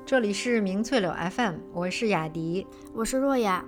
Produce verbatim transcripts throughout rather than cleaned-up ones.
这里是明翠柳 F M， 我是雅迪， 我是若雅。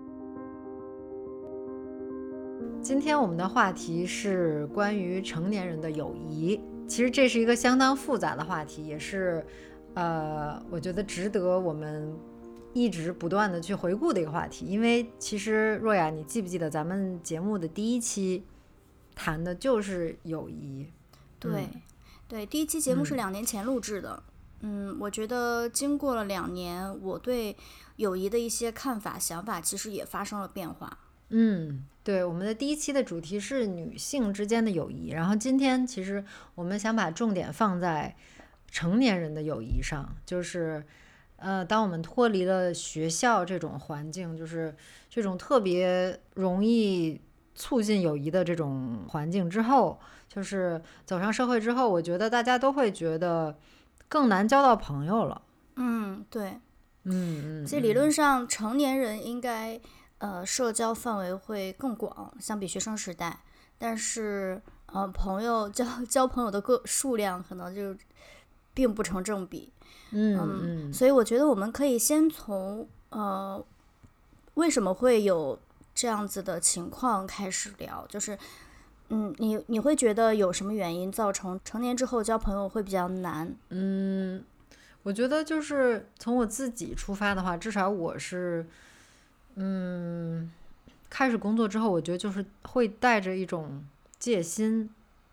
今天我们的话题是关于成年人的友谊。其实这是一个相当复杂的话题，也是呃，我觉得值得我们一直不断的去回顾的一个话题。因为其实若雅，你记不记得咱们节目的第一期谈的就是友谊？ 对、嗯、对，第一期节目是两年前录制的。嗯, 嗯我觉得经过了两年，我对友谊的一些看法想法其实也发生了变化。 嗯，对，我们的第一期的主题是女性之间的友谊，然后今天其实我们想把重点放在成年人的友谊上，就是呃，当我们脱离了学校这种环境，就是这种特别容易促进友谊的这种环境之后，就是走上社会之后，我觉得大家都会觉得更难交到朋友了。 嗯，对， 嗯嗯， 其实理论上成年人应该呃社交范围会更广，相比学生时代，但是呃朋友交交朋友的个数量可能就并不成正比。 嗯嗯, 嗯所以我觉得我们可以先从呃为什么会有这样子的情况开始聊，就是嗯，你你会觉得有什么原因造成成年之后交朋友会比较难？ 嗯，我觉得就是从我自己出发的话，至少我是嗯开始工作之后，我觉得就是会带着一种戒心，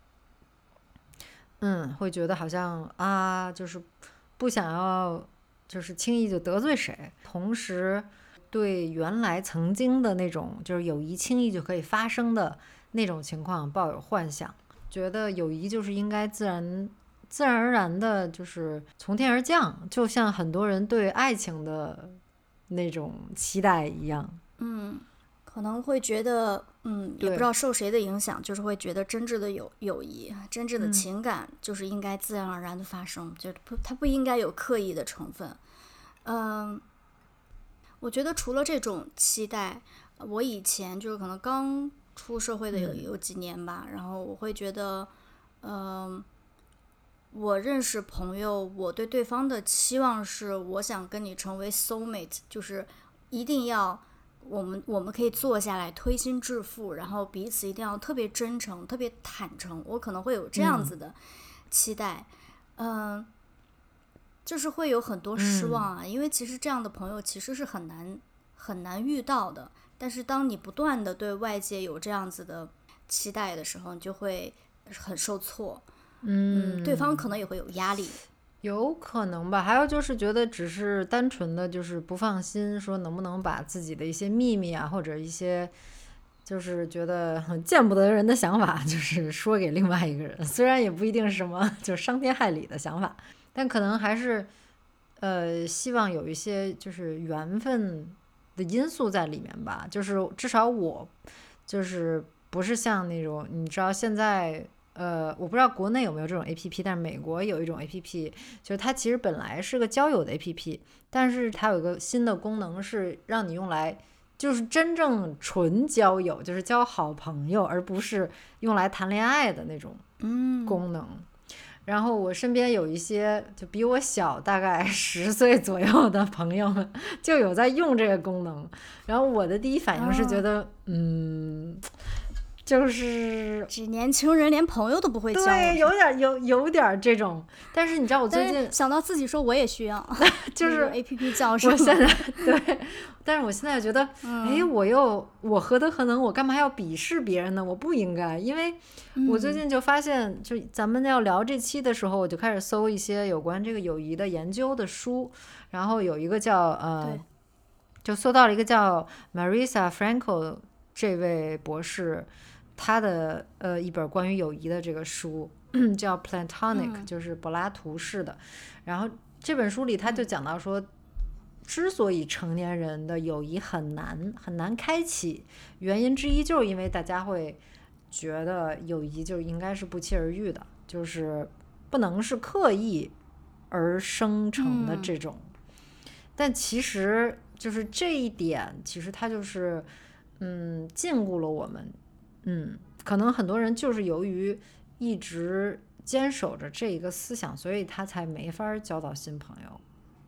嗯，会觉得好像啊，就是不想要就是轻易就得罪谁，同时对原来曾经的那种就是友谊轻易就可以发生的那种情况抱有幻想，觉得友谊就是应该自然自然而然的就是从天而降，就像很多人对爱情的那种期待一样。 嗯，可能会觉得嗯，也不知道受谁的影响，就是会觉得真挚的友友谊真挚的情感就是应该自然而然的发生，嗯、就不它不应该有刻意的成分。嗯，我觉得除了这种期待，我以前就是可能刚出社会的有有几年吧、嗯、然后我会觉得嗯，我认识朋友，我对对方的期望是我想跟你成为 soulmate， 就是一定要我们我们可以坐下来推心置腹，然后彼此一定要特别真诚特别坦诚，我可能会有这样子的期待。嗯、呃，就是会有很多失望啊、嗯、因为其实这样的朋友其实是很难很难遇到的，但是当你不断的对外界有这样子的期待的时候，你就会很受挫。嗯, 嗯，对方可能也会有压力， 有可能吧。还有就是觉得只是单纯的就是不放心，说能不能把自己的一些秘密啊，或者一些就是觉得很见不得人的想法，就是说给另外一个人，虽然也不一定是什么就是伤天害理的想法，但可能还是呃希望有一些就是缘分的因素在里面吧。就是至少我就是不是像那种你知道现在呃，我不知道国内有没有这种 A P P， 但是美国有一种 A P P， 就是它其实本来是个交友的 A P P， 但是它有一个新的功能是让你用来就是真正纯交友，就是交好朋友，而不是用来谈恋爱的那种功能。嗯，然后我身边有一些就比我小大概十岁左右的朋友们就有在用这个功能，然后我的第一反应是觉得、哦、嗯就是这年轻人连朋友都不会交， 对，有点有有点这种。但是你知道我最近想到自己说我也需要就是 A P P 叫什么， 我现在对，但是我现在觉得、嗯、哎，我又我何德何能，我干嘛要鄙视别人呢？我不应该。因为我最近就发现，就咱们要聊这期的时候，我就开始搜一些有关这个友谊的研究的书，然后有一个叫呃就搜到了一个叫 Marisa Franco 这位博士他的呃一本关于友谊的这个书叫 Platonic、嗯、就是柏拉图式的。然后这本书里他就讲到说、嗯、之所以成年人的友谊很难很难开启，原因之一就是因为大家会觉得友谊就应该是不期而遇的，就是不能是刻意而生成的这种、嗯、但其实就是这一点其实它就是嗯禁锢了我们。嗯，可能很多人就是由于一直坚守着这一个思想，所以他才没法交到新朋友。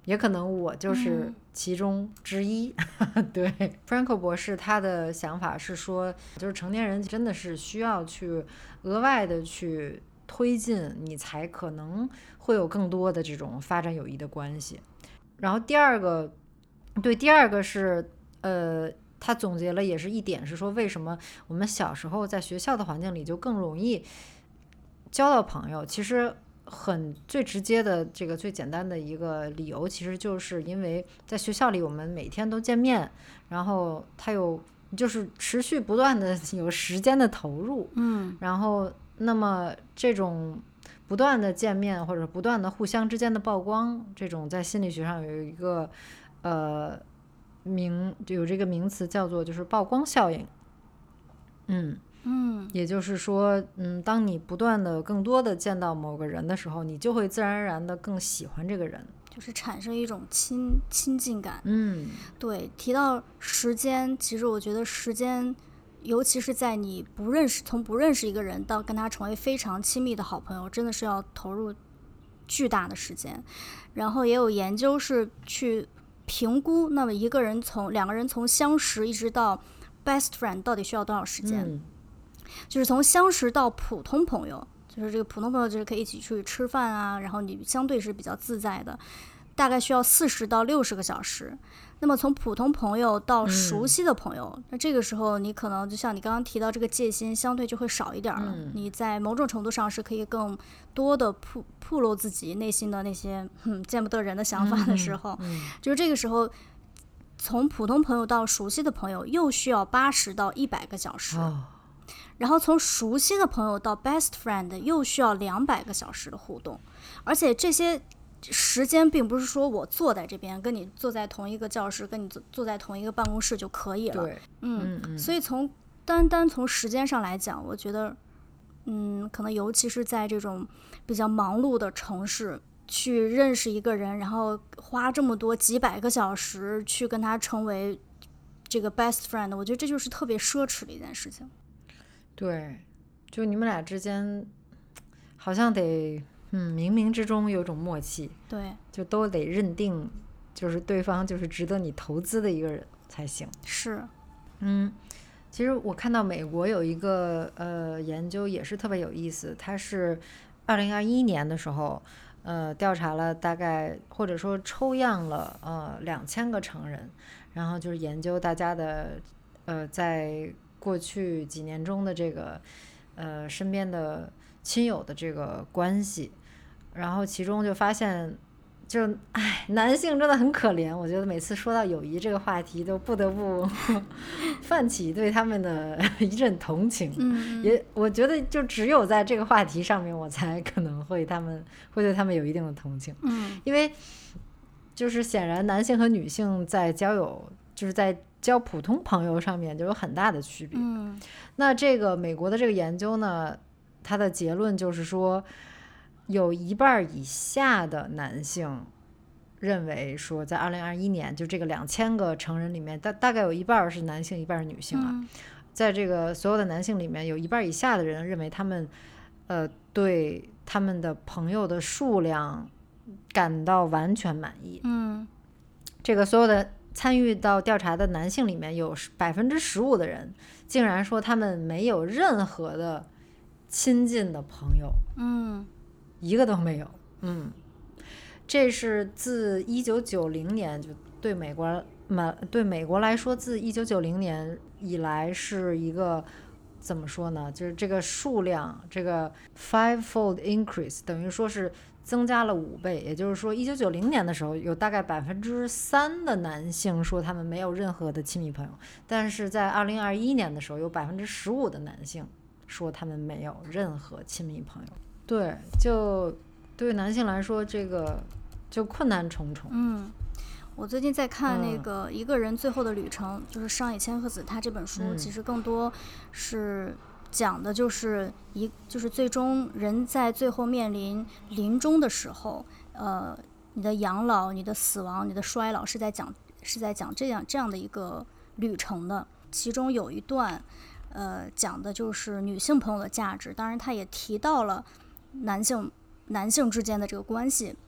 也可能我就是其中之一。嗯、对 Frankl 博士他的想法是说，就是成年人真的是需要去额外的去推进，你才可能会有更多的这种发展友谊的关系。然后第二个对第二个是呃他总结了也是一点，是说为什么我们小时候在学校的环境里就更容易交到朋友。其实很最直接的这个最简单的一个理由，其实就是因为在学校里我们每天都见面，然后他有就是持续不断的有时间的投入， 嗯， 然后那么这种不断的见面或者不断的互相之间的曝光，这种在心理学上有一个呃名有这个名词叫做就是曝光效应。嗯嗯， 也就是说，嗯，当你不断的更多的见到某个人的时候，你就会自然而然的更喜欢这个人， 就是产生一种亲亲近感。 嗯， 对，提到时间，其实我觉得时间，尤其是在你不认识从不认识一个人到跟他成为非常亲密的好朋友，真的是要投入巨大的时间。然后也有研究是去评估，那么一个人从两个人从相识一直到 best friend 到底需要多少时间。 嗯就是从相识到普通朋友，就是这个普通朋友就是可以一起出去吃饭啊，然后你相对是比较自在的，大概需要四十到六十个小时。那么从普通朋友到熟悉的朋友，嗯、那这个时候你可能就像你刚刚提到这个戒心相对就会少一点了。 嗯、 你在某种程度上是可以更多的铺铺露自己内心的那些嗯见不得人的想法的时候， 嗯嗯、 就是这个时候。从普通朋友到熟悉的朋友又需要八十到一百个小时。 哦， 然后从熟悉的朋友到 best friend 又需要两百个小时的互动，而且这些时间并不是说我坐在这边跟你坐在同一个教室，跟你坐坐在同一个办公室就可以了。 对， 嗯， 嗯嗯所以从单单从时间上来讲，我觉得，嗯，可能尤其是在这种比较忙碌的城市，去认识一个人，然后花这么多几百个小时去跟他成为这个 best friend， 我觉得这就是特别奢侈的一件事情。 对，就你们俩之间好像得嗯冥冥之中有种默契， 对， 就都得认定就是对方就是值得你投资的一个人才行。 是， 嗯，其实我看到美国有一个呃研究也是特别有意思，它是二零二一年的时候呃调查了大概或者说抽样了呃两千个成人，然后就是研究大家的呃在过去几年中的这个呃身边的亲友的这个关系，然后其中就发现就唉男性真的很可怜，我觉得每次说到友谊这个话题都不得不泛起对他们的一阵同情。 嗯， 也我觉得就只有在这个话题上面我才可能会他们会对他们有一定的同情。 嗯， 因为就是显然男性和女性在交友就是在交普通朋友上面就有很大的区别。 嗯， 那这个美国的这个研究呢，它的结论就是说，有一半以下的男性认为说，在二零二一年就这个两千个成人里面，大大概有一半是男性，一半是女性啊。 嗯、 在这个所有的男性里面，有一半以下的人认为他们，呃，对他们的朋友的数量感到完全满意。 嗯， 这个所有的参与到调查的男性里面，有百分之十五的人竟然说他们没有任何的亲近的朋友， 嗯， 一个都没有。嗯，这是自一九九零年就对美国对美国来说，自一九九零年以来是一个怎么说呢？就是这个数量，这个 five-fold increase， 等于说是增加了五倍。也就是说，一九九零年的时候，有大概百分之三的男性说他们没有任何的亲密朋友，但是在二零二一年的时候，有百分之十五的男性说他们没有任何亲密朋友。对，就对男性来说，这个就困难重重。 嗯，我最近在看那个《一个人最后的旅程》，嗯、就是上野千鹤子他这本书，其实更多是讲的就是一就是最终人在最后面临临终的时候，呃，你的养老、你的死亡、你的衰老是在讲是在讲这样这样的一个旅程的。其中有一段，呃，讲的就是女性朋友的价值，当然他也提到了男性男性之间的这个关系。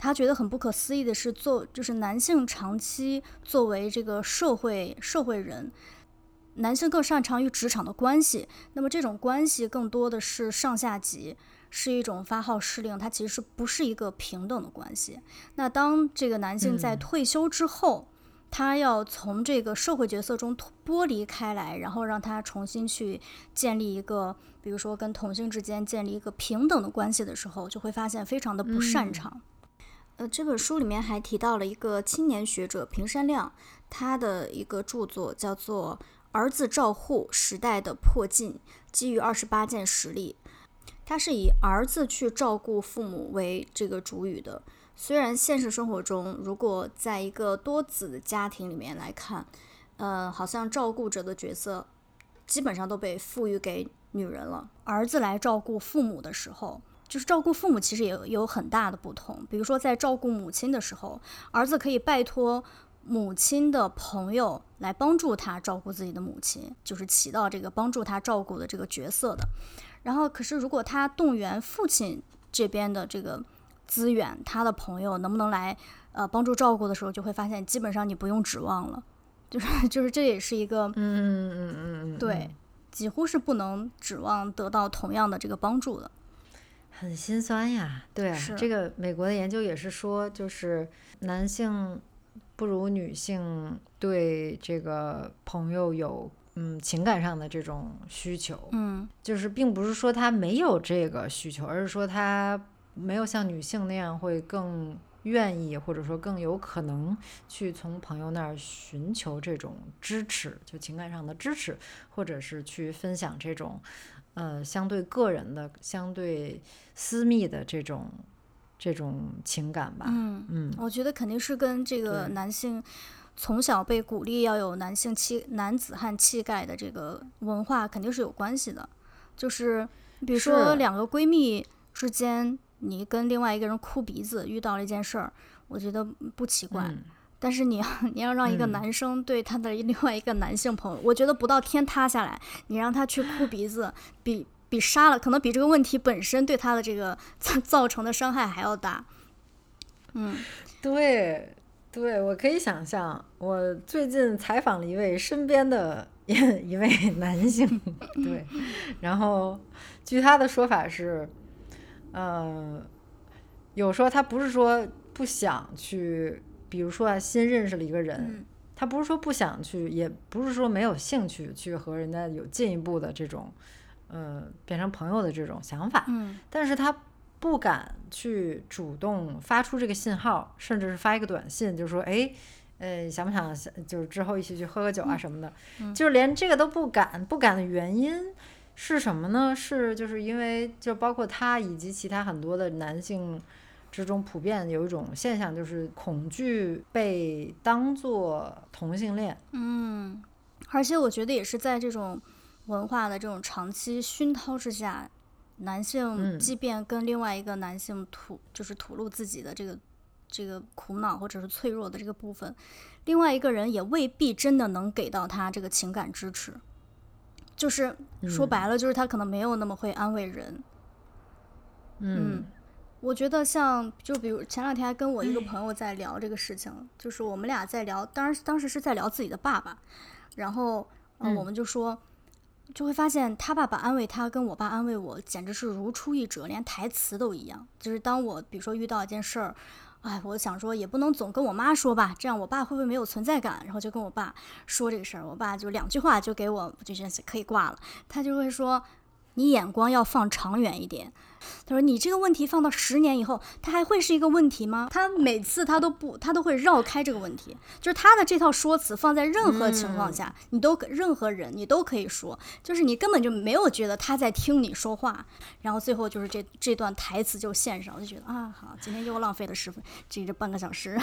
他觉得很不可思议的是，做就是男性长期作为这个社会社会人，男性更擅长于职场的关系，那么这种关系更多的是上下级，是一种发号施令，它其实不是一个平等的关系。那当这个男性在退休之后，嗯、他要从这个社会角色中剥离开来，然后让他重新去建立一个，比如说跟同性之间建立一个平等的关系的时候，就会发现非常的不擅长。嗯呃，这本书里面还提到了一个青年学者平山亮，他的一个著作叫做《儿子照护时代的迫近》，基于二十八件实例。他是以儿子去照顾父母为这个主语的。虽然现实生活中，如果在一个多子的家庭里面来看，呃，好像照顾者的角色基本上都被赋予给女人了。儿子来照顾父母的时候，就是照顾父母其实也有有很大的不同。比如说在照顾母亲的时候，儿子可以拜托母亲的朋友来帮助他照顾自己的母亲，就是起到这个帮助他照顾的这个角色的。然后可是如果他动员父亲这边的这个资源，他的朋友能不能来呃帮助照顾的时候，就会发现基本上你不用指望了，就是就是这也是一个嗯嗯嗯嗯对，几乎是不能指望得到同样的这个帮助的。 很心酸呀。对啊，这个美国的研究也是说，就是男性不如女性对这个朋友有嗯情感上的这种需求， 嗯， 就是并不是说他没有这个需求，而是说他没有像女性那样会更愿意或者说更有可能去从朋友那儿寻求这种支持，就情感上的支持，或者是去分享这种呃相对个人的相对私密的这种这种情感吧。 嗯嗯，我觉得肯定是跟这个男性从小被鼓励要有男性气男子汉气概的这个文化肯定是有关系的。就是比如说两个闺蜜之间，你跟另外一个人哭鼻子，遇到了一件事儿，我觉得不奇怪。嗯、但是你要你要让一个男生对他的另外一个男性朋友，嗯、我觉得不到天塌下来，你让他去哭鼻子，比比杀了，可能比这个问题本身对他的这个造成的伤害还要大。嗯， 对对，我可以想象，我最近采访了一位身边的一位男性，对，然后据他的说法是，呃，有时候他不是说不想去，比如说啊，新认识了一个人， 嗯、 他不是说不想去，也不是说没有兴趣去和人家有进一步的这种，呃，变成朋友的这种想法， 嗯， 但是他不敢去主动发出这个信号，甚至是发一个短信，就说，哎，呃，想不想就是之后一起去喝个酒啊什么的， 嗯、 就是连这个都不敢，不敢的原因是什么呢？是就是因为就包括他以及其他很多的男性之中普遍有一种现象，就是恐惧被当作同性恋。 嗯，而且我觉得也是在这种文化的这种长期熏陶之下，男性即便跟另外一个男性吐、嗯、就是吐露自己的这个这个苦恼或者是脆弱的这个部分，另外一个人也未必真的能给到他这个情感支持。就是说白了，就是他可能没有那么会安慰人。 嗯， 嗯，我觉得像就比如前两天还跟我一个朋友在聊这个事情，就是我们俩在聊，当然当时是在聊自己的爸爸，然后呃、嗯、我们就说，就会发现他爸爸安慰他跟我爸安慰我简直是如出一辙，连台词都一样。就是当我比如说遇到一件事儿，哎，我想说也不能总跟我妈说吧，这样我爸会不会没有存在感？然后就跟我爸说这个事儿，我爸就两句话就给我就觉得可以挂了。他就会说，你眼光要放长远一点。他说你这个问题放到十年以后，它还会是一个问题吗？他每次他都不，他都会绕开这个问题。就是他的这套说辞放在任何情况下，嗯、你都任何人你都可以说，就是你根本就没有觉得他在听你说话。然后最后就是这这段台词就献上，我就觉得啊，好，今天又浪费了十分这这半个小时。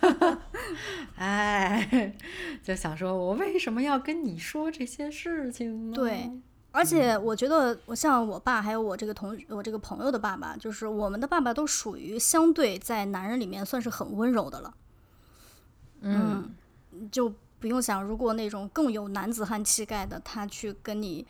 哎，就想说我为什么要跟你说这些事情呢？ 对。而且我觉得，我像我爸，还有我这个同我这个朋友的爸爸，就是我们的爸爸都属于相对在男人里面算是很温柔的了。 嗯， 嗯就不用想，如果那种更有男子汉气概的，他去跟你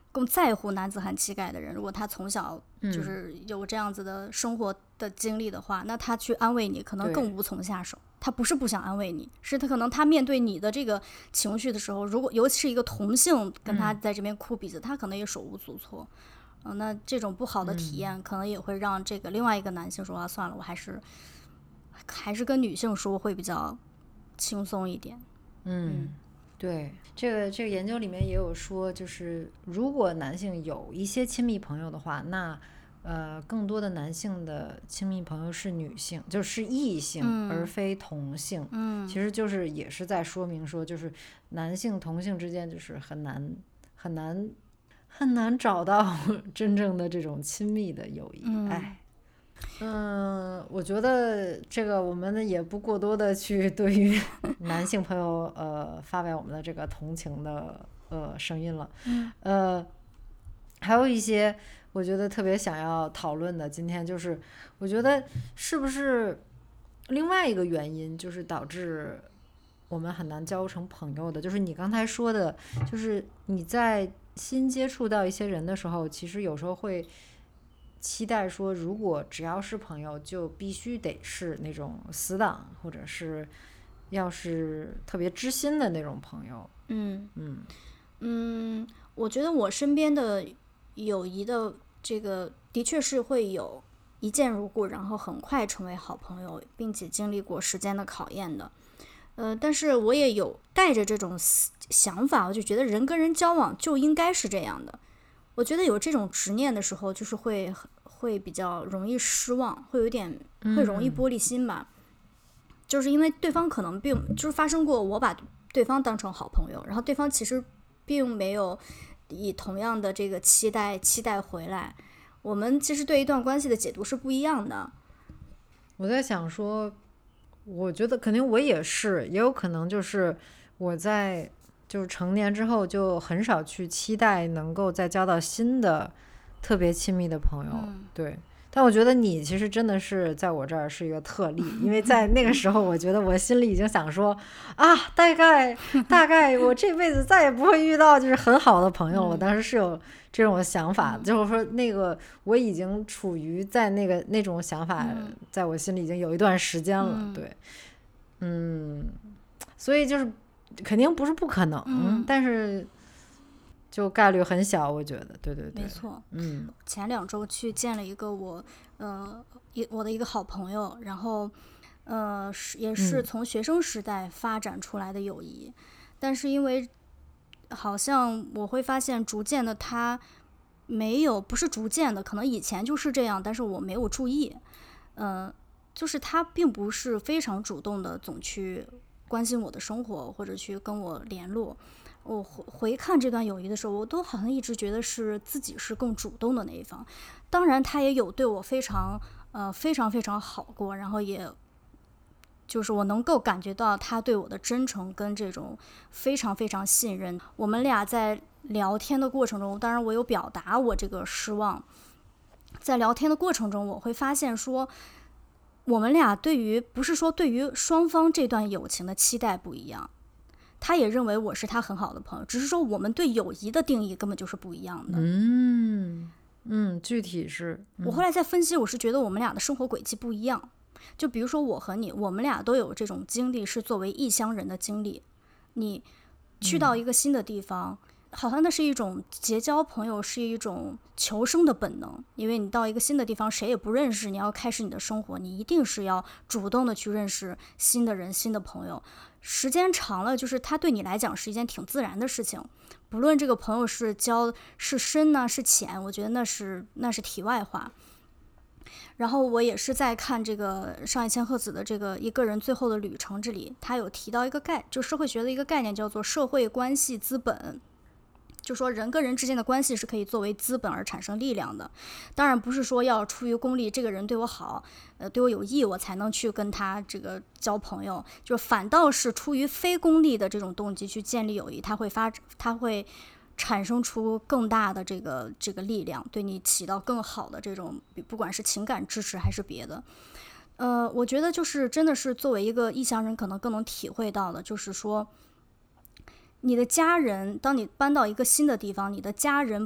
更在乎男子汉气概的人，如果他从小就是有这样子的生活的经历的话，嗯、那他去安慰你可能更无从下手。他不是不想安慰你，是他可能他面对你的这个情绪的时候，如果尤其是一个同性跟他在这边哭鼻子，嗯、他可能也手无足措。嗯、呃，那这种不好的体验，嗯、可能也会让这个另外一个男性说啊，算了，我还是还是跟女性说会比较轻松一点。 嗯。嗯对，这个这个研究里面也有说，就是如果男性有一些亲密朋友的话，那呃更多的男性的亲密朋友是女性，就是异性， 嗯、 而非同性。 嗯， 其实就是也是在说明说，就是男性同性之间就是很难很难很难找到真正的这种亲密的友谊。 嗯、 哎。嗯，我觉得这个我们也不过多的去对于男性朋友呃发表我们的这个同情的呃声音了。 嗯， 呃，还有一些我觉得特别想要讨论的，今天就是我觉得是不是另外一个原因，就是导致我们很难交成朋友的，就是你刚才说的，就是你在新接触到一些人的时候，其实有时候会期待说，如果只要是朋友，就必须得是那种死党，或者是要是特别知心的那种朋友。 嗯嗯嗯，我觉得我身边的友谊的这个的确是会有一见如故，然后很快成为好朋友，并且经历过时间的考验的。呃，但是我也有带着这种想法，我就觉得人跟人交往就应该是这样的。我觉得有这种执念的时候，就是会会比较容易失望，会有点会容易玻璃心吧。嗯、就是因为对方可能并就是发生过，我把对方当成好朋友，然后对方其实并没有以同样的这个期待期待回来。我们其实对一段关系的解读是不一样的。 我在想说，我觉得肯定我也是，也有可能就是我在。就是成年之后就很少去期待能够再交到新的特别亲密的朋友。 嗯、 对，但我觉得你其实真的是在我这儿是一个特例，因为在那个时候我觉得我心里已经想说啊，大概大概我这辈子再也不会遇到就是很好的朋友。 嗯、 我当时是有这种想法、嗯、就是说那个我已经处于在那个那种想法、嗯、在我心里已经有一段时间了。 嗯、 对，嗯，所以就是肯定不是不可能、 嗯、 但是就概率很小，我觉得。对对对， 没错。 嗯， 前两周去见了一个我呃一我的一个好朋友，然后呃也是从学生时代发展出来的友谊、嗯、但是因为好像我会发现逐渐的他没有不是逐渐的，可能以前就是这样，但是我没有注意。嗯、呃，就是他并不是非常主动的总去关心我的生活或者去跟我联络。我回看这段友谊的时候，我都好像一直觉得是自己是更主动的那一方。当然他也有对我非常呃非常非常好过，然后也就是我能够感觉到他对我的真诚跟这种非常非常信任。我们俩在聊天的过程中，当然我有表达我这个失望，在聊天的过程中我会发现说，我们俩对于不是说对于双方这段友情的期待不一样，他也认为我是他很好的朋友，只是说我们对友谊的定义根本就是不一样的。 嗯嗯，具体是、 嗯、我后来在分析，我是觉得我们俩的生活轨迹不一样。就比如说我和你，我们俩都有这种经历，是作为异乡人的经历。你去到一个新的地方、嗯、好像那是一种结交朋友，是一种求生的本能。因为你到一个新的地方谁也不认识，你要开始你的生活，你一定是要主动的去认识新的人新的朋友。时间长了，就是它对你来讲是一件挺自然的事情，不论这个朋友是交是深呢、啊、是浅，我觉得那是那是题外话。然后我也是在看这个上野千鹤子的这个一个人最后的旅程，这里他有提到一个概就社会学的一个概念，叫做社会关系资本。就说人跟人之间的关系是可以作为资本而产生力量的。当然不是说要出于功利，这个人对我好呃，对我有益，我才能去跟他这个交朋友，就反倒是出于非功利的这种动机去建立友谊，它会发它会产生出更大的这个这个力量，对你起到更好的这种不管是情感支持还是别的。呃，我觉得就是真的是作为一个异乡人可能更能体会到的，就是说你的家人，当你搬到一个新的地方，你的家人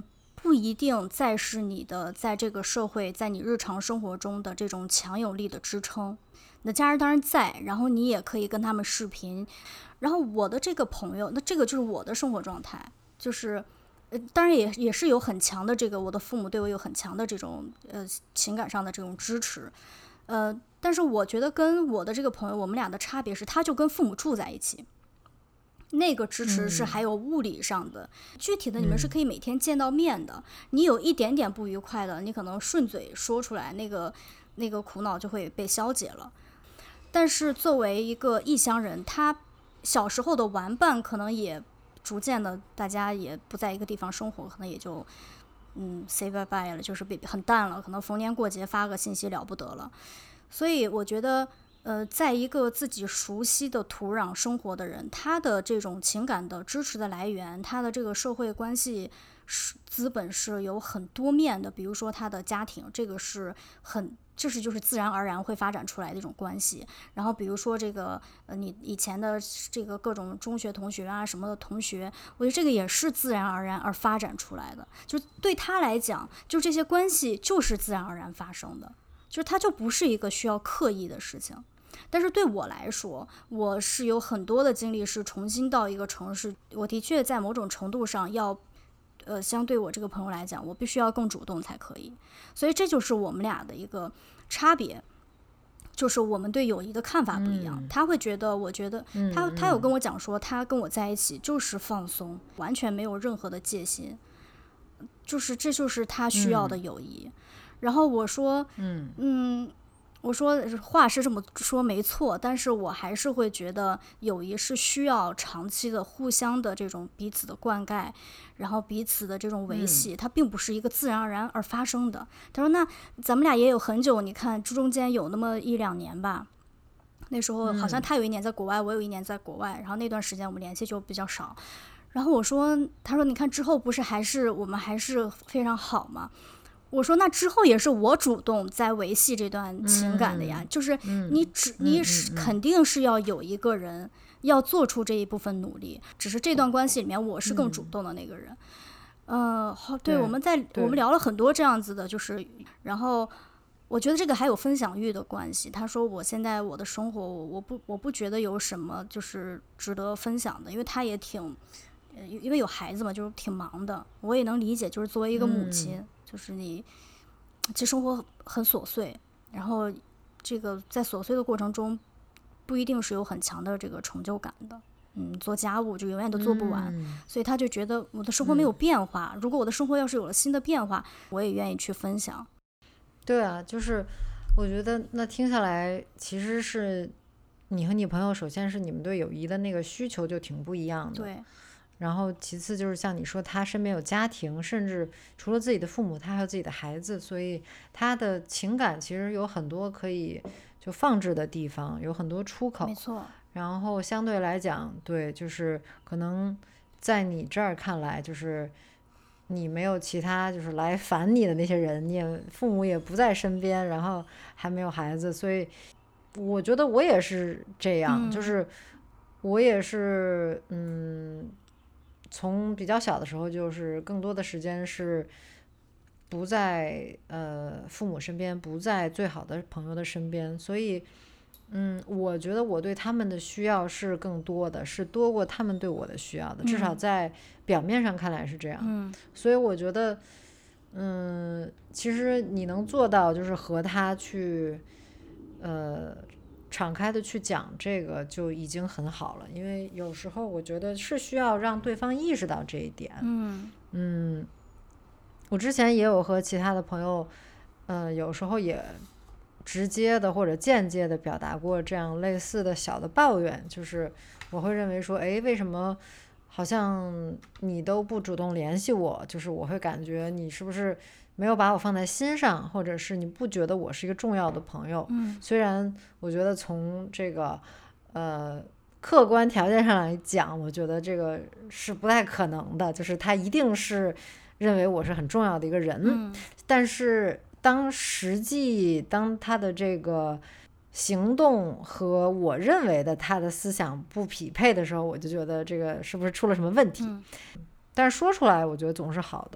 不一定再是你的在这个社会在你日常生活中的这种强有力的支撑。你的家人当然在，然后你也可以跟他们视频，然后我的这个朋友，那这个就是我的生活状态，就是呃，当然也也是有很强的这个，我的父母对我有很强的这种呃情感上的这种支持，呃，但是我觉得跟我的这个朋友，我们俩的差别是，他就跟父母住在一起，那个支持是还有物理上的，嗯、具体的你们是可以每天见到面的。嗯、你有一点点不愉快的，你可能顺嘴说出来，那个那个苦恼就会被消解了。但是作为一个异乡人，他小时候的玩伴可能也逐渐的，大家也不在一个地方生活，可能也就嗯 say bye bye 了，就是很淡了，可能逢年过节发个信息了不得了。所以我觉得呃，在一个自己熟悉的土壤生活的人，他的这种情感的支持的来源，他的这个社会关系资本是有很多面的。比如说他的家庭，这个是很这是就是自然而然会发展出来的一种关系。然后比如说这个呃，你以前的这个各种中学同学啊什么的同学，我觉得这个也是自然而然而发展出来的。就对他来讲，就这些关系就是自然而然发生的，就是它就不是一个需要刻意的事情。但是对我来说，我是有很多的经历是重新到一个城市，我的确在某种程度上要呃，相对我这个朋友来讲，我必须要更主动才可以。所以这就是我们俩的一个差别，就是我们对友谊的看法不一样。嗯、他会觉得，我觉得他他有跟我讲说，他跟我在一起就是放松，完全没有任何的戒心，就是这就是他需要的友谊。嗯、然后我说，嗯嗯。我说话是这么说没错，但是我还是会觉得友谊是需要长期的互相的这种彼此的灌溉，然后彼此的这种维系，嗯、它并不是一个自然而然而发生的。他说那咱们俩也有很久，你看这中间有那么一两年吧，那时候好像他有一年在国外，嗯、我有一年在国外，然后那段时间我们联系就比较少。然后我说，他说你看之后不是还是我们还是非常好吗？我说那之后也是我主动在维系这段情感的呀，嗯、就是你只、嗯、你是肯定是要有一个人要做出这一部分努力，只是这段关系里面我是更主动的那个人。嗯、呃，好，对，我们在我们聊了很多这样子的，就是然后我觉得这个还有分享欲的关系。他说我现在我的生活我我不我不觉得有什么就是值得分享的，因为他也挺因为有孩子嘛，就是挺忙的，我也能理解，就是作为一个母亲。嗯就是你其实生活很琐碎，然后这个在琐碎的过程中不一定是有很强的这个成就感的。嗯，做家务就永远都做不完，嗯、所以他就觉得我的生活没有变化，嗯、如果我的生活要是有了新的变化，我也愿意去分享。 对啊，就是我觉得那听下来其实是你和你朋友首先是你们对友谊的那个需求就挺不一样的。 对， 然后其次就是像你说他身边有家庭，甚至除了自己的父母他还有自己的孩子，所以他的情感其实有很多可以就放置的地方，有很多出口。 没错。 然后相对来讲，对，就是可能在你这儿看来，就是你没有其他就是来烦你的那些人，你也父母也不在身边，然后还没有孩子，所以我觉得我也是这样。嗯、就是我也是嗯从比较小的时候，就是更多的时间是不在呃父母身边，不在最好的朋友的身边，所以嗯，我觉得我对他们的需要是更多的，是多过他们对我的需要的，至少在表面上看来是这样。 嗯， 所以我觉得嗯，其实你能做到就是和他去呃敞开的去讲这个就已经很好了，因为有时候我觉得是需要让对方意识到这一点。 嗯嗯，我之前也有和其他的朋友呃有时候也直接的或者间接的表达过这样类似的小的抱怨，就是我会认为说，哎，为什么好像你都不主动联系我，就是我会感觉你是不是没有把我放在心上，或者是你不觉得我是一个重要的朋友。 嗯， 虽然我觉得从这个呃客观条件上来讲，我觉得这个是不太可能的，就是他一定是认为我是很重要的一个人。 嗯， 但是当实际当他的这个行动和我认为的他的思想不匹配的时候，我就觉得这个是不是出了什么问题。 嗯、 但是说出来我觉得总是好的。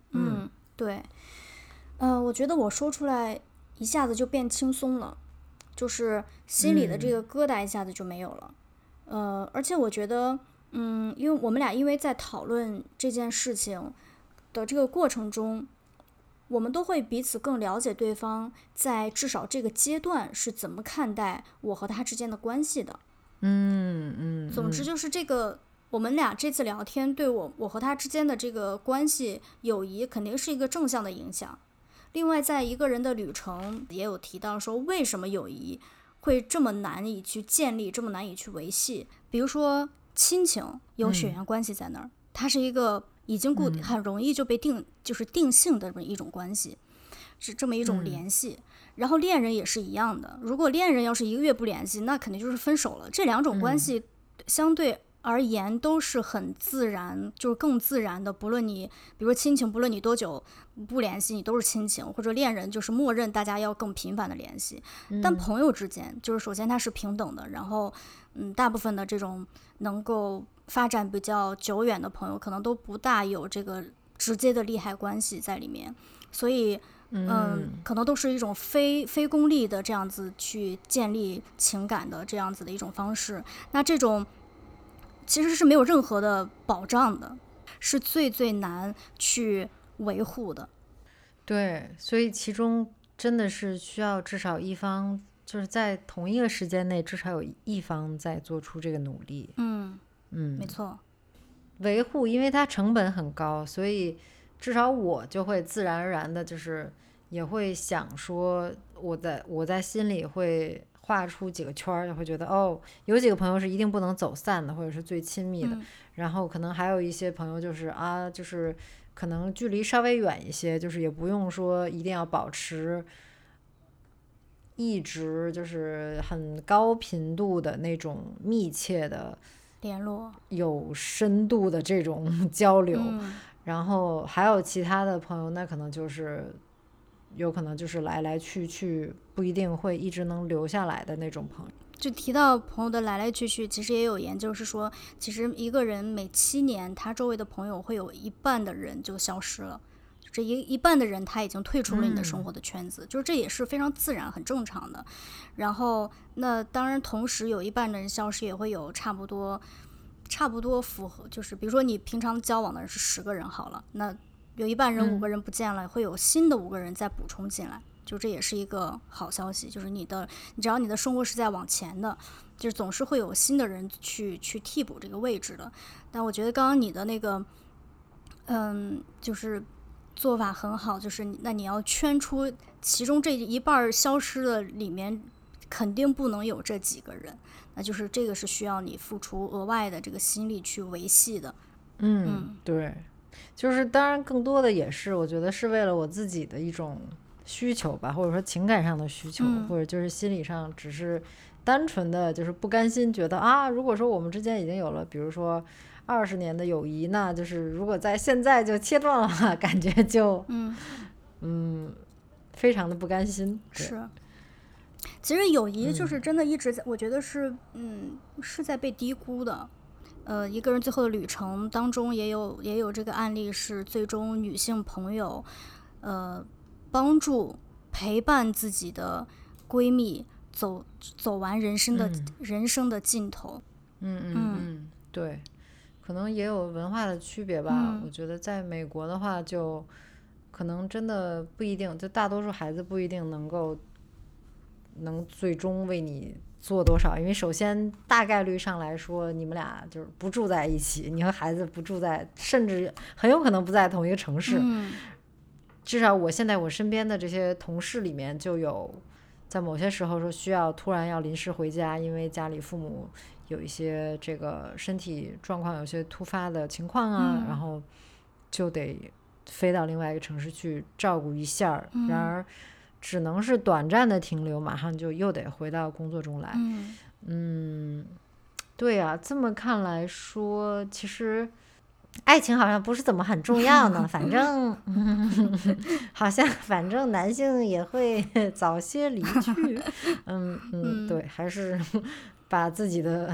嗯，对，呃，我觉得我说出来一下子就变轻松了，就是心里的这个疙瘩一下子就没有了。嗯、呃，而且我觉得，嗯，因为我们俩因为在讨论这件事情的这个过程中，我们都会彼此更了解对方在至少这个阶段是怎么看待我和他之间的关系的。 嗯嗯， 总之就是这个，我们俩这次聊天对我我和他之间的这个关系友谊肯定是一个正向的影响。另外，在一个人的旅程也有提到说，为什么友谊会这么难以去建立，这么难以去维系。比如说亲情有血缘关系在那儿，嗯、它是一个已经固定、很容易就被定就是定性的这么一种关系，是这么一种联系。嗯、然后恋人也是一样的，如果恋人要是一个月不联系，那肯定就是分手了。这两种关系相对而言都是很自然，就是更自然的。不论你，比如说亲情，不论你多久不联系，你都是亲情；或者恋人，就是默认大家要更频繁的联系。但朋友之间，就是首先它是平等的，然后，嗯，大部分的这种能够发展比较久远的朋友，可能都不大有这个直接的利害关系在里面，所以。嗯，可能都是一种非非功利的这样子去建立情感的这样子的一种方式。那这种其实是没有任何的保障的，是最最难去维护的。 对，所以其中真的是需要至少一方，就是在同一个时间内，至少有一方在做出这个努力。 嗯嗯， 没错。 维护，因为它成本很高，所以至少我就会自然而然的，就是也会想说，我在我在心里会画出几个圈儿，就会觉得哦，有几个朋友是一定不能走散的，或者是最亲密的。 嗯、 然后可能还有一些朋友就是啊，就是可能距离稍微远一些，就是也不用说一定要保持一直就是很高频度的那种密切的联络， 有深度的这种交流。 嗯、 然后还有其他的朋友，那可能就是有可能就是来来去去，不一定会一直能留下来的那种朋友。 就提到朋友的来来去去，其实也有研究是说，其实一个人每七年，他周围的朋友会有一半的人就消失了，这一一半的人他已经退出了你的生活的圈子，嗯、就是这也是非常自然、很正常的。然后，那当然同时有一半的人消失，也会有差不多。差不多符合，就是比如说你平常交往的人是十个人好了，那有一半人五个人不见了，嗯、会有新的五个人再补充进来，就这也是一个好消息，就是你的，你只要你的生活是在往前的，就是总是会有新的人去去替补这个位置的。但我觉得刚刚你的那个，嗯，就是做法很好，就是那你要圈出其中这一半消失的里面，肯定不能有这几个人。那就是这个是需要你付出额外的这个心力去维系的。 嗯，嗯对，就是当然更多的也是我觉得是为了我自己的一种需求吧，或者说情感上的需求， 嗯、 或者就是心理上只是单纯的就是不甘心，觉得啊，如果说我们之间已经有了比如说二十年的友谊，那就是如果在现在就切断了话，感觉就嗯嗯非常的不甘心。 是。其实友谊就是真的一直在，嗯、我觉得是，嗯，是在被低估的。呃，一个人最后的旅程当中，也有也有这个案例是，最终女性朋友，呃，帮助陪伴自己的闺蜜走走完人生的、嗯、人生的尽头。 嗯嗯嗯，对，可能也有文化的区别吧。 嗯、 我觉得在美国的话，就可能真的不一定，就大多数孩子不一定能够。能最终为你做多少？因为首先大概率上来说，你们俩就是不住在一起，你和孩子不住在，甚至很有可能不在同一个城市。 嗯、 至少我现在我身边的这些同事里面，就有在某些时候说需要突然要临时回家，因为家里父母有一些这个身体状况有些突发的情况啊， 嗯、 然后就得飞到另外一个城市去照顾一下。 嗯、 然而只能是短暂的停留，马上就又得回到工作中来。 嗯, 嗯对啊，这么看来说，其实爱情好像不是怎么很重要呢。反正、嗯、好像反正男性也会早些离去。嗯嗯，对，还是把自己的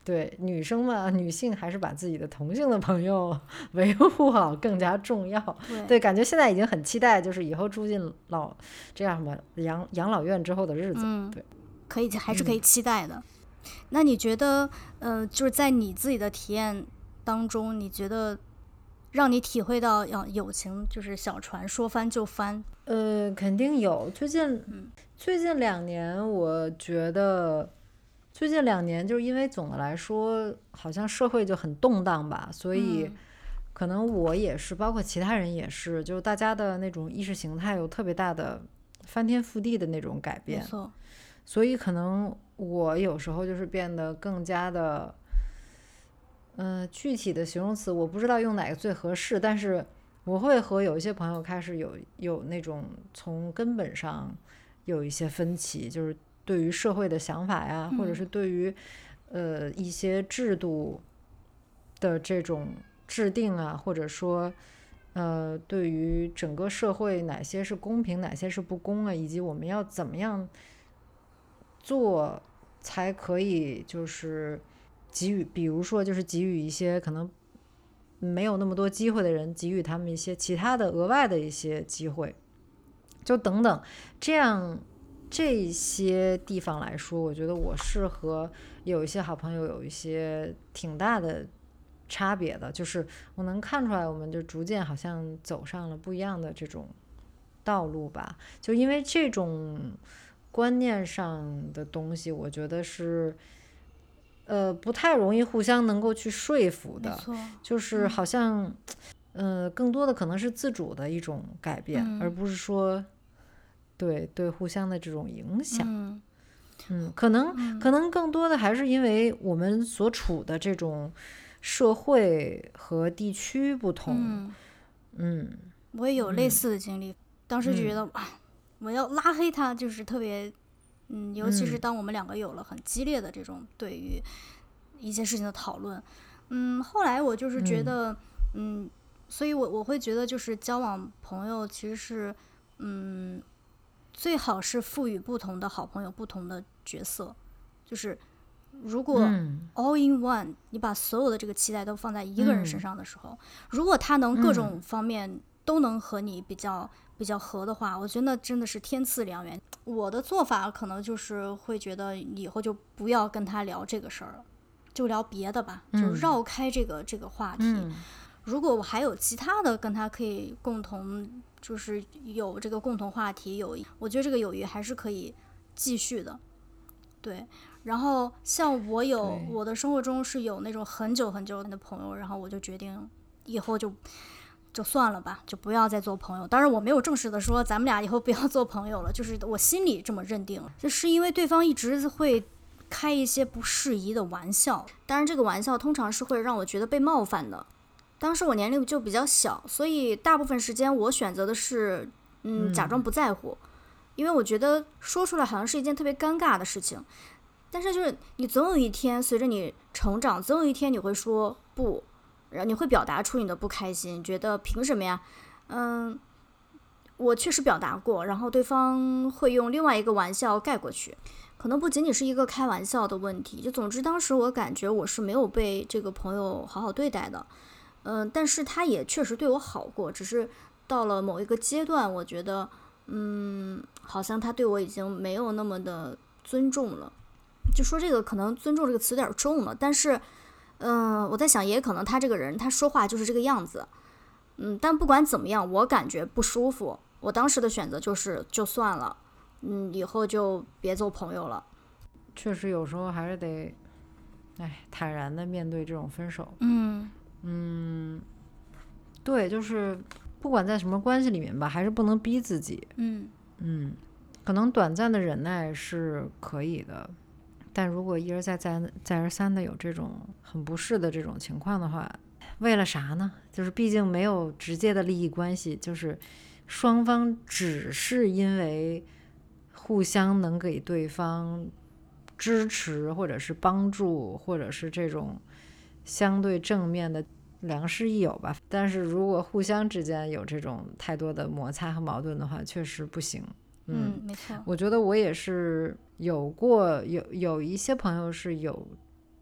对，女生嘛，女性还是把自己的同性的朋友维护好更加重要。 对， 对，感觉现在已经很期待，就是以后住进老这样什么养养老院之后的日子。 嗯， 对， 可以，还是可以期待的。嗯、那你觉得，呃，就是在你自己的体验当中，你觉得让你体会到要友情就是小船说翻就翻？ 呃，肯定有。最近，嗯、最近两年，我觉得。最近两年，就是因为总的来说，好像社会就很动荡吧，所以可能我也是，包括其他人也是，就是大家的那种意识形态有特别大的翻天覆地的那种改变，所以可能我有时候就是变得更加的，嗯、呃，具体的形容词我不知道用哪个最合适，但是我会和有一些朋友开始有有那种从根本上有一些分歧，就是对于社会的想法呀，或者是对于呃一些制度的这种制定啊，或者说呃对于整个社会哪些是公平，哪些是不公啊，以及我们要怎么样做才可以就是给予，比如说就是给予一些可能没有那么多机会的人，给予他们一些其他的额外的一些机会，就等等这样。这些地方来说，我觉得我是和有一些好朋友有一些挺大的差别的，就是我能看出来，我们就逐渐好像走上了不一样的这种道路吧。就因为这种观念上的东西，我觉得是呃不太容易互相能够去说服的，就是好像嗯、呃更多的可能是自主的一种改变， 嗯、 而不是说。对对，互相的这种影响， 嗯， 嗯可能、嗯、可能更多的还是因为我们所处的这种社会和地区不同。 嗯， 嗯我也有类似的经历，嗯、当时就觉得、 嗯、 我要拉黑他，就是特别，嗯，尤其是当我们两个有了很激烈的这种对于一些事情的讨论，嗯，后来我就是觉得，嗯，嗯所以我我会觉得就是交往朋友其实是，嗯。最好是赋予不同的好朋友不同的角色，就是如果 all in one、嗯、你把所有的这个期待都放在一个人身上的时候、嗯、如果他能各种方面都能和你比较、嗯、比较合的话，我觉得那真的是天赐良缘。我的做法可能就是会觉得以后就不要跟他聊这个事儿了，就聊别的吧、嗯、就绕开这个这个话题、嗯、如果我还有其他的跟他可以共同就是有这个共同话题，友谊，我觉得这个友谊还是可以继续的。对，然后像我有我的生活中是有那种很久很久的朋友，然后我就决定以后就就算了吧，就不要再做朋友。当然我没有正式的说咱们俩以后不要做朋友了，就是我心里这么认定，就是因为对方一直会开一些不适宜的玩笑，当然这个玩笑通常是会让我觉得被冒犯的。当时我年龄就比较小，所以大部分时间我选择的是嗯假装不在乎、嗯、因为我觉得说出来好像是一件特别尴尬的事情，但是就是你总有一天随着你成长，总有一天你会说不，然后你会表达出你的不开心，觉得凭什么呀，嗯我确实表达过，然后对方会用另外一个玩笑盖过去，可能不仅仅是一个开玩笑的问题，就总之当时我感觉我是没有被这个朋友好好对待的，嗯，但是他也确实对我好过，只是到了某一个阶段，我觉得，嗯，好像他对我已经没有那么的尊重了。就说这个可能尊重这个词有点重了，但是，嗯，我在想，也可能他这个人他说话就是这个样子，嗯，但不管怎么样，我感觉不舒服。我当时的选择就是就算了，嗯，以后就别做朋友了。 确实，有时候还是得，哎，坦然的面对这种分手。 嗯。 嗯，对，就是不管在什么关系里面吧，还是不能逼自己。 嗯嗯，可能短暂的忍耐是可以的，但如果一而再再再而三的有这种很不适的这种情况的话，为了啥呢？就是毕竟没有直接的利益关系，就是双方只是因为互相能给对方支持或者是帮助，或者是这种相对正面的良师益友吧，但是如果互相之间有这种太多的摩擦和矛盾的话，确实不行。 嗯，没错。 我觉得我也是有过有有一些朋友是有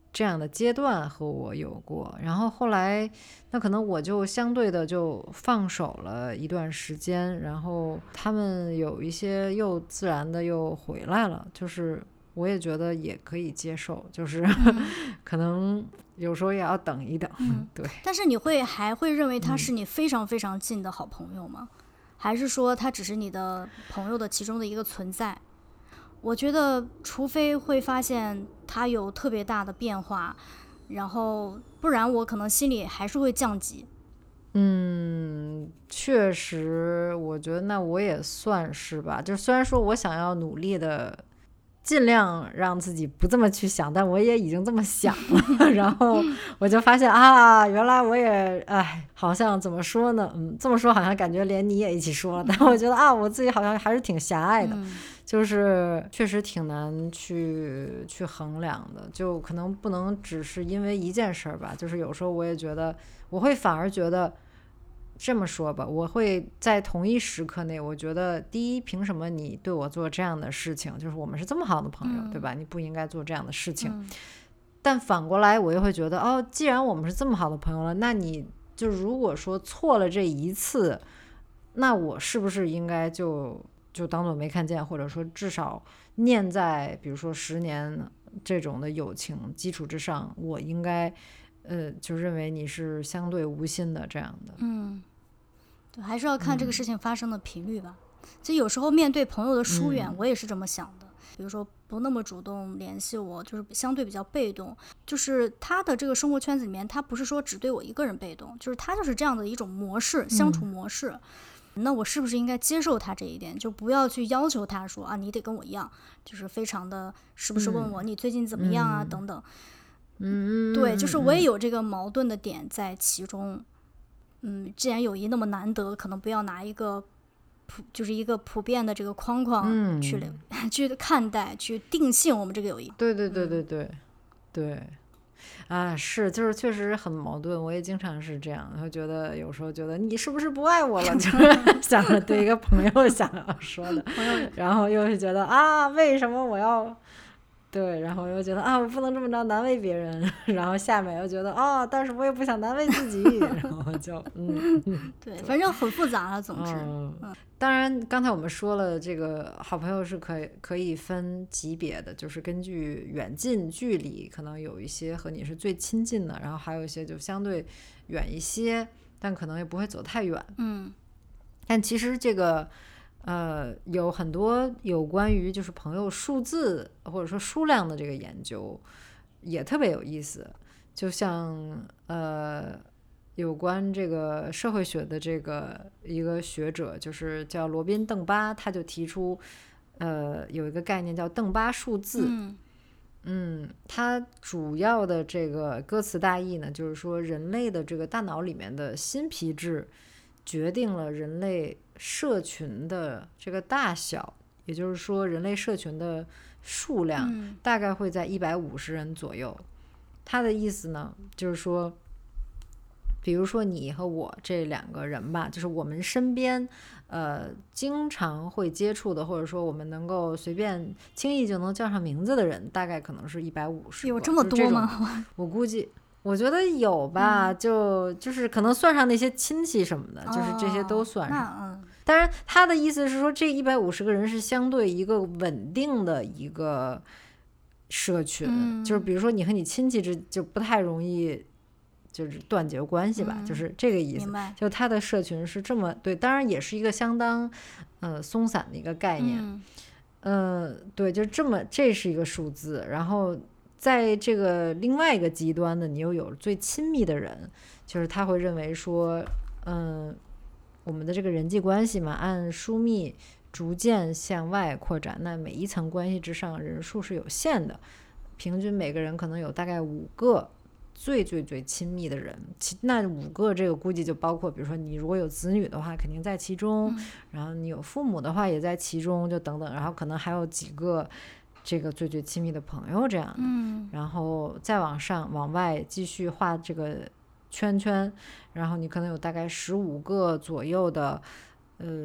这样的阶段和我有过，然后后来那可能我就相对的就放手了一段时间，然后他们有一些又自然的又回来了，就是我也觉得也可以接受，就是、嗯、可能有时候也要等一等、嗯、对。 但是你会还会认为他是你非常非常近的好朋友吗、嗯、还是说他只是你的朋友的其中的一个存在？我觉得除非会发现他有特别大的变化，然后不然我可能心里还是会降级。 嗯，确实我觉得那我也算是吧，就虽然说我想要努力的尽量让自己不这么去想，但我也已经这么想了然后我就发现啊，原来我也哎，好像怎么说呢，嗯，这么说好像感觉连你也一起说了，但我觉得啊，我自己好像还是挺狭隘的、嗯、就是确实挺难去去衡量的，就可能不能只是因为一件事吧，就是有时候我也觉得我会反而觉得这么说吧，我会在同一时刻内，我觉得第一，凭什么你对我做这样的事情，就是我们是这么好的朋友、嗯、对吧，你不应该做这样的事情、嗯、但反过来我又会觉得哦，既然我们是这么好的朋友了，那你就如果说错了这一次，那我是不是应该就就当作没看见，或者说至少念在比如说十年这种的友情基础之上，我应该呃就认为你是相对无心的这样的。 嗯，对，还是要看这个事情发生的频率吧。其实、嗯、有时候面对朋友的疏远、嗯、我也是这么想的，比如说不那么主动联系我，就是相对比较被动，就是他的这个生活圈子里面，他不是说只对我一个人被动，就是他就是这样的一种模式、嗯、相处模式。那我是不是应该接受他这一点，就不要去要求他说啊，你得跟我一样，就是非常的时不时问我、嗯、你最近怎么样啊、嗯、等等。 嗯， 对，就是我也有这个矛盾的点在其中。嗯，既然友谊那么难得，可能不要拿一个普就是一个普遍的这个框框去、嗯、去看待，去定性我们这个友谊。 对对对对对、嗯、对啊，是，就是确实很矛盾，我也经常是这样，然后觉得有时候觉得你是不是不爱我了，就是想着对一个朋友想要说的然后又是觉得啊，为什么我要对，然后又觉得啊，我不能这么着难为别人，然后下面又觉得啊、哦，但是我也不想难为自己，然后就嗯， 对，反正很复杂了，总之。 嗯，嗯当然，刚才我们说了，这个好朋友是可以可以分级别的，就是根据远近距离，可能有一些和你是最亲近的，然后还有一些就相对远一些，但可能也不会走太远。 嗯， 但其实这个。呃，有很多有关于就是朋友数字或者说数量的这个研究也特别有意思，就像呃有关这个社会学的这个一个学者就是叫罗宾邓巴，他就提出呃有一个概念叫邓巴数字。 嗯嗯，它主要的这个歌词大意呢，就是说人类的这个大脑里面的新皮质决定了人类社群的这个大小，也就是说人类社群的数量大概会在一百五十人左右。他的意思呢就是说，比如说你和我这两个人吧，就是我们身边呃经常会接触的，或者说我们能够随便轻易就能叫上名字的人，大概可能是一百五十个。 有这么多吗？ 我估计我觉得有吧、嗯、就就是可能算上那些亲戚什么的、哦、就是这些都算上、 嗯、 当然他的意思是说这一百五十个人是相对一个稳定的一个社群、嗯、就是比如说你和你亲戚之就不太容易就是断绝关系吧、嗯、就是这个意思，就他的社群是这么对，当然也是一个相当呃松散的一个概念。嗯、呃、对，就这么这是一个数字，然后在这个另外一个极端的，你又有最亲密的人，就是他会认为说嗯，我们的这个人际关系嘛，按疏密逐渐向外扩展，那每一层关系之上人数是有限的，平均每个人可能有大概五个最最最亲密的人，那五个这个估计就包括比如说你如果有子女的话肯定在其中、嗯、然后你有父母的话也在其中，就等等，然后可能还有几个这个最最亲密的朋友这样的、 嗯、 然后再往上往外继续画这个圈圈，然后你可能有大概十五个左右的呃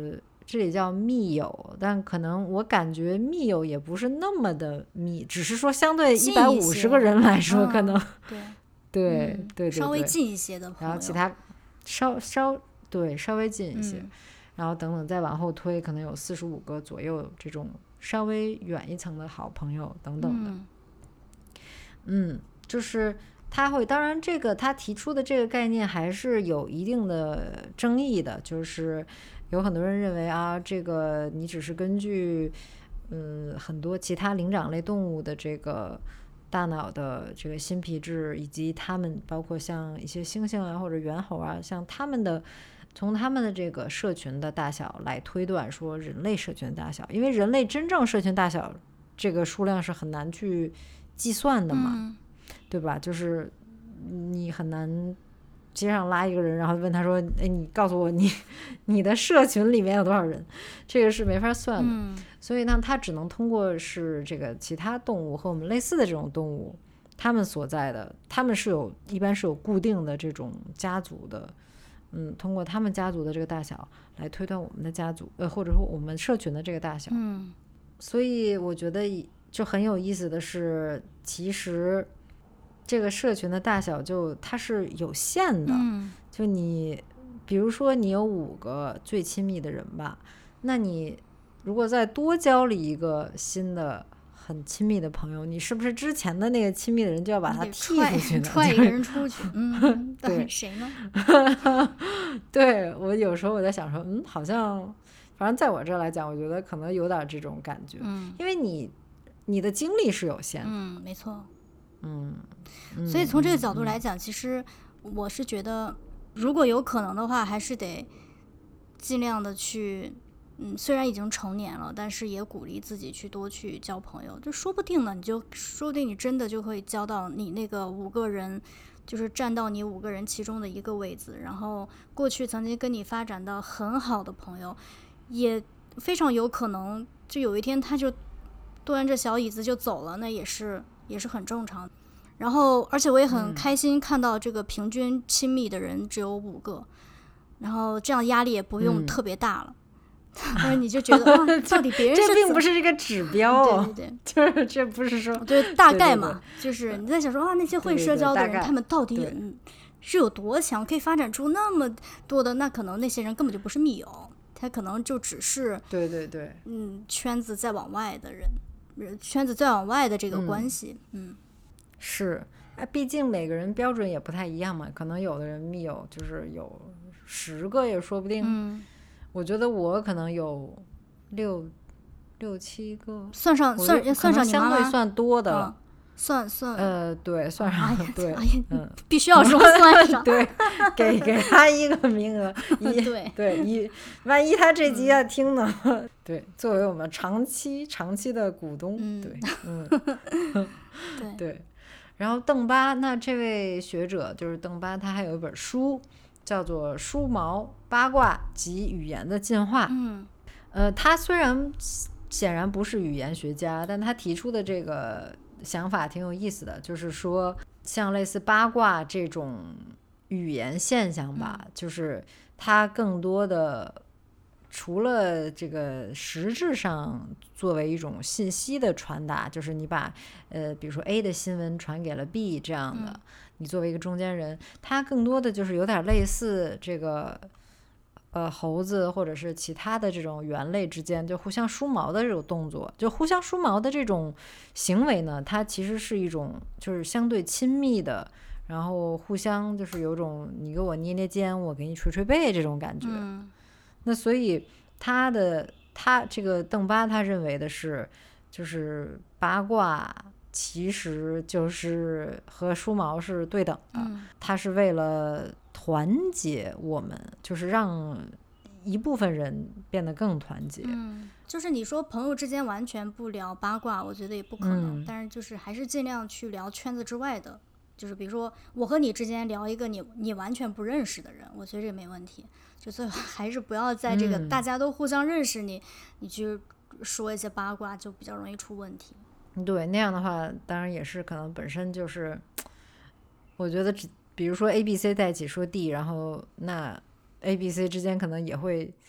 这里叫密友，但可能我感觉密友也不是那么的密，只是说相对一百五十个人来说，可能、 嗯、对对、 嗯、 对对对， 稍微近一些的朋友， 然后其他稍稍对稍微近一些、 嗯， 然后等等再往后推，可能有四十五个左右这种稍微远一层的好朋友等等的。 嗯， 嗯，就是他会，当然这个他提出的这个概念还是有一定的争议的，就是有很多人认为啊，这个你只是根据嗯很多其他灵长类动物的这个大脑的这个新皮质，以及他们包括像一些猩猩啊或者猿猴啊，像他们的从他们的这个社群的大小来推断说人类社群的大小，因为人类真正社群大小这个数量是很难去计算的嘛、 嗯、 对吧？就是你很难街上拉一个人，然后问他说哎，你告诉我你你的社群里面有多少人，这个是没法算的、 嗯、 所以呢他只能通过是这个其他动物和我们类似的这种动物，他们所在的他们是有一般是有固定的这种家族的，嗯，通过他们家族的这个大小来推断我们的家族呃或者说我们社群的这个大小。 嗯， 所以我觉得就很有意思的是，其实这个社群的大小就它是有限的、 嗯、 就你比如说你有五个最亲密的人吧，那你如果再多交了一个新的很亲密的朋友，你是不是之前的那个亲密的人就要把他踢出去呢？ 踹一个人出去，嗯， 对， 谁呢？ 对，我有时候我在想说，嗯，好像反正在我这儿来讲，我觉得可能有点这种感觉， 嗯， 因为你你的精力是有限的， 嗯，没错， 嗯， 所以从这个角度嗯来讲、嗯、其实我是觉得如果有可能的话还是得尽量的去嗯，虽然已经成年了，但是也鼓励自己去多去交朋友，就说不定呢，你就说不定你真的就会交到你那个五个人，就是占到你五个人其中的一个位置，然后过去曾经跟你发展到很好的朋友，也非常有可能就有一天他就端着小椅子就走了，那也是也是很正常。然后而且我也很开心看到这个平均亲密的人只有五个、嗯、然后这样压力也不用特别大了、嗯不是你就觉得啊，到底别人是这并不是一个指标， 对对对， 就是这不是说对大概嘛， 对对对， 就是你在想说啊，那些会社交的人， 对对对， 他们到底是有多强，可以发展出那么多的？那可能那些人根本就不是密友，他可能就只是对对对， 嗯，圈子再往外的人，圈子再往外的这个关系，嗯，嗯是，哎，毕竟每个人标准也不太一样嘛，可能有的人密友就是有十个也说不定。 嗯。 我觉得我可能有六六七个， 算上算算上你妈妈， 相对算多的了。 嗯、算算呃，对，算上、 哎、 对， 哎呀， 嗯， 必须要说算上， 对，给给他一个名额，一对对一，万一他这集要听呢？嗯、对，作为我们长期长期的股东， 嗯、 对，嗯， 对对。然后邓巴，那这位学者就是邓巴，他还有一本书。叫做《梳毛八卦及语言的进化》。 嗯， 呃，他虽然显然不是语言学家，但他提出的这个想法挺有意思的，就是说，像类似八卦这种语言现象吧， 嗯、 就是它更多的除了这个实质上作为一种信息的传达，就是你把呃，比如说 A 的新闻传给了 B 这样的。嗯，你作为一个中间人，它更多的就是有点类似这个呃猴子或者是其他的这种猿类之间就互相梳毛的这种动作，就互相梳毛的这种行为呢，它其实是一种就是相对亲密的，然后互相就是有种你给我捏捏肩，我给你捶捶背这种感觉。 嗯， 那所以他的他这个邓巴他认为的是，就是八卦其实就是和梳毛是对等的， 嗯， 它是为了团结我们，就是让一部分人变得更团结。 嗯，就是你说朋友之间完全不聊八卦，我觉得也不可能， 嗯、 但是就是还是尽量去聊圈子之外的，就是比如说我和你之间聊一个你你完全不认识的人，我觉得这没问题，就最后还是不要在这个大家都互相认识你，嗯、你去说一些八卦就比较容易出问题。 对，那样的话当然也是可能本身就是我觉得只比如说 A B C 在一起说 D， 然后那 A B C 之间可能也会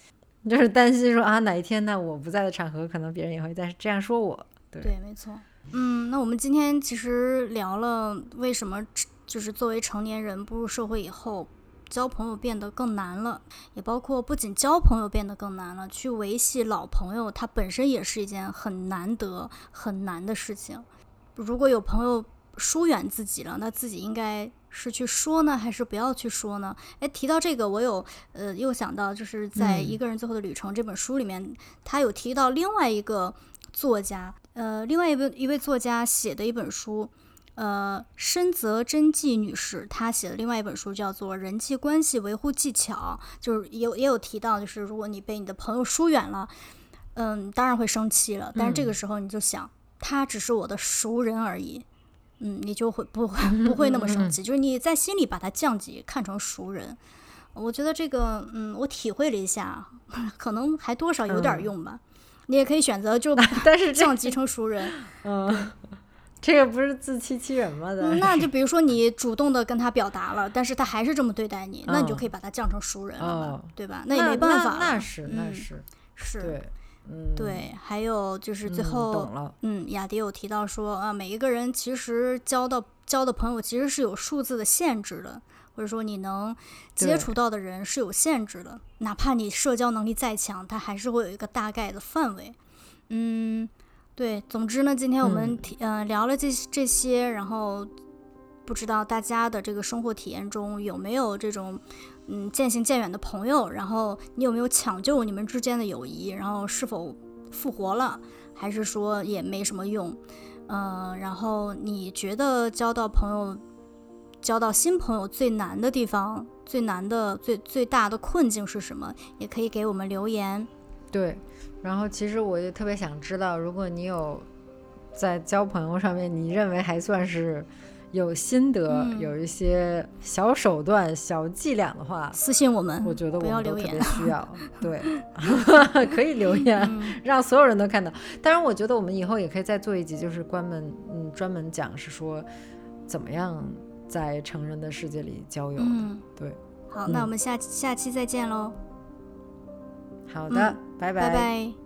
就是担心说啊哪一天呢我不在的场合，可能别人也会在这样说我。对对，没错。嗯，那我们今天其实聊了为什么就是作为成年人步入社会以后，交朋友变得更难了，也包括不仅交朋友变得更难了，去维系老朋友它本身也是一件很难得很难的事情。如果有朋友疏远自己了，那自己应该是去说呢，还是不要去说呢？哎，提到这个，我有呃又想到，就是在《一个人最后的旅程》这本书里面，他有提到另外一个作家，呃，另外一位一位作家写的一本书，呃，深泽真纪女士她写的另外一本书叫做《人际关系维护技巧》，就是也有也有提到，就是如果你被你的朋友疏远了，嗯，当然会生气了，但是这个时候你就想，他只是我的熟人而已。嗯，你就会不会不会那么生气，就是你在心里把它降级，看成熟人。我觉得这个，嗯，我体会了一下，可能还多少有点用吧。嗯、你也可以选择就但是降级成熟人。 嗯，这个不是自欺欺人吗？ 嗯、那就比如说你主动的跟他表达了，但是他还是这么对待你，嗯、那你就可以把他降成熟人了吧， 哦、 对吧？那也没办法了。 那, 那是那是、 嗯、是。 对。嗯， 对，还有就是最后， 嗯，懂了。 嗯，雅迪有提到说啊，每一个人其实交到交的朋友其实是有数字的限制的，或者说你能接触到的人是有限制的，哪怕你社交能力再强，它还是会有一个大概的范围。嗯，对，总之呢，今天我们提嗯、呃、聊了这这些，然后不知道大家的这个生活体验中有没有这种。嗯，渐行渐远的朋友，然后你有没有抢救你们之间的友谊？然后是否复活了，还是说也没什么用？嗯、呃，然后你觉得交到朋友、交到新朋友最难的地方、最难的、最最大的困境是什么？也可以给我们留言。 对，然后其实我也特别想知道，如果你有在交朋友上面，你认为还算是。有心得、嗯、有一些小手段小伎俩的话， 私信我们， 我觉得我们都特别需要。对可以留言、嗯、让所有人都看到。当然我觉得我们以后也可以再做一集，就是专门嗯专门讲是说怎么样在成人的世界里交友的、嗯、对。 好、嗯、那我们下下期再见咯。 好的、嗯、拜拜拜拜。